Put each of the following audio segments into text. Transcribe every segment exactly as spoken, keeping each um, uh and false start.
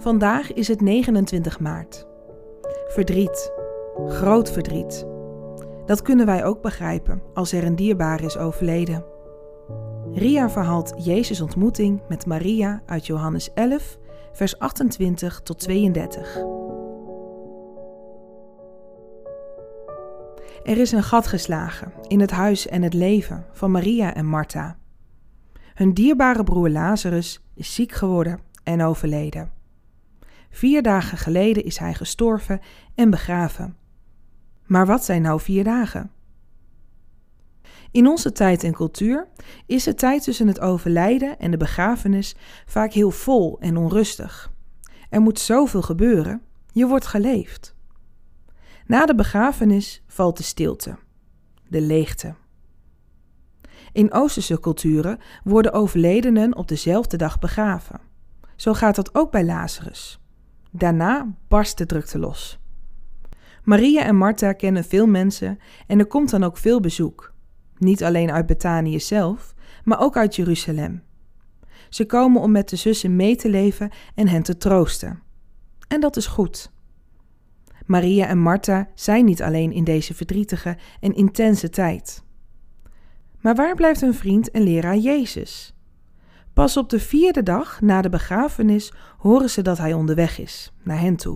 Vandaag is het negenentwintig maart. Verdriet. Groot verdriet. Dat kunnen wij ook begrijpen als er een dierbare is overleden. Ria verhaalt Jezus' ontmoeting met Maria uit Johannes elf, vers achtentwintig tot tweeëndertig. Er is een gat geslagen in het huis en het leven van Maria en Martha. Hun dierbare broer Lazarus is ziek geworden en overleden. Vier dagen geleden is hij gestorven en begraven. Maar wat zijn nou vier dagen? In onze tijd en cultuur is de tijd tussen het overlijden en de begrafenis vaak heel vol en onrustig. Er moet zoveel gebeuren, je wordt geleefd. Na de begrafenis valt de stilte, de leegte. In Oosterse culturen worden overledenen op dezelfde dag begraven. Zo gaat dat ook bij Lazarus. Daarna barst de drukte los. Maria en Martha kennen veel mensen en er komt dan ook veel bezoek. Niet alleen uit Betanië zelf, maar ook uit Jeruzalem. Ze komen om met de zussen mee te leven en hen te troosten. En dat is goed. Maria en Martha zijn niet alleen in deze verdrietige en intense tijd. Maar waar blijft hun vriend en leraar Jezus? Pas op de vierde dag na de begrafenis horen ze dat hij onderweg is, naar hen toe.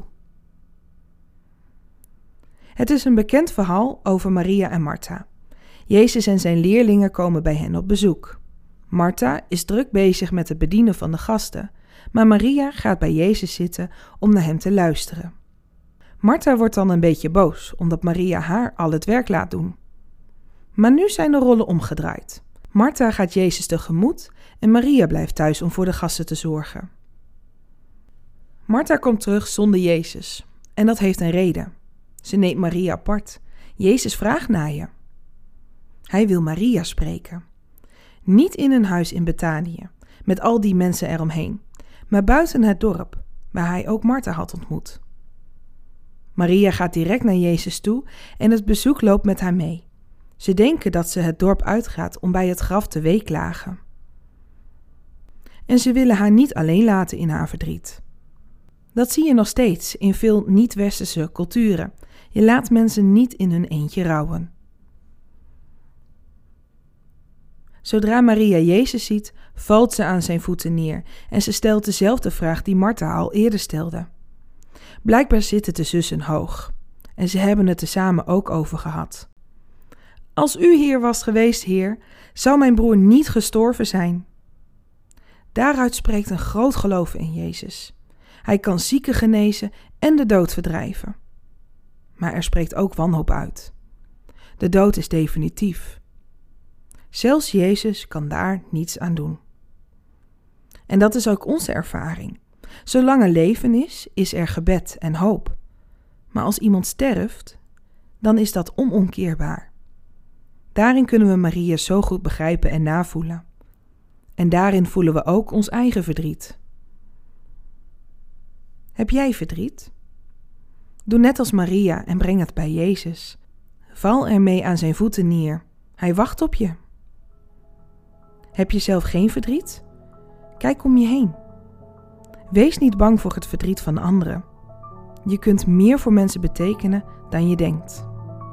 Het is een bekend verhaal over Maria en Martha. Jezus en zijn leerlingen komen bij hen op bezoek. Martha is druk bezig met het bedienen van de gasten, maar Maria gaat bij Jezus zitten om naar hem te luisteren. Martha wordt dan een beetje boos, omdat Maria haar al het werk laat doen. Maar nu zijn de rollen omgedraaid. Martha gaat Jezus tegemoet en Maria blijft thuis om voor de gasten te zorgen. Martha komt terug zonder Jezus en dat heeft een reden. Ze neemt Maria apart. Jezus vraagt naar je. Hij wil Maria spreken. Niet in een huis in Betanië, met al die mensen eromheen, maar buiten het dorp, waar hij ook Martha had ontmoet. Maria gaat direct naar Jezus toe en het bezoek loopt met haar mee. Ze denken dat ze het dorp uitgaat om bij het graf te weeklagen. En ze willen haar niet alleen laten in haar verdriet. Dat zie je nog steeds in veel niet-westerse culturen. Je laat mensen niet in hun eentje rouwen. Zodra Maria Jezus ziet, valt ze aan zijn voeten neer en ze stelt dezelfde vraag die Martha al eerder stelde. Blijkbaar zitten de zussen hoog en ze hebben het er samen ook over gehad. Als u hier was geweest, Heer, zou mijn broer niet gestorven zijn. Daaruit spreekt een groot geloof in Jezus. Hij kan zieken genezen en de dood verdrijven. Maar er spreekt ook wanhoop uit. De dood is definitief. Zelfs Jezus kan daar niets aan doen. En dat is ook onze ervaring. Zolang er leven is, is er gebed en hoop. Maar als iemand sterft, dan is dat onomkeerbaar. Daarin kunnen we Maria zo goed begrijpen en navoelen. En daarin voelen we ook ons eigen verdriet. Heb jij verdriet? Doe net als Maria en breng het bij Jezus. Val ermee aan zijn voeten neer. Hij wacht op je. Heb je zelf geen verdriet? Kijk om je heen. Wees niet bang voor het verdriet van anderen. Je kunt meer voor mensen betekenen dan je denkt.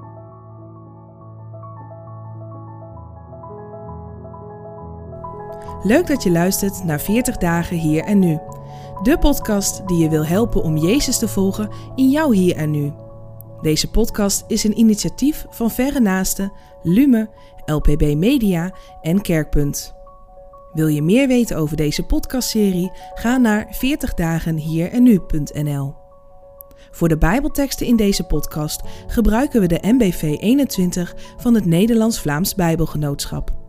Leuk dat je luistert naar veertig dagen hier en nu. De podcast die je wil helpen om Jezus te volgen in jouw hier en nu. Deze podcast is een initiatief van Verre Naasten, Lume, L P B Media en Kerkpunt. Wil je meer weten over deze podcastserie? Ga naar veertig dagen hier en nu punt n l. Voor de Bijbelteksten in deze podcast gebruiken we de N B V eenentwintig van het Nederlands-Vlaams Bijbelgenootschap.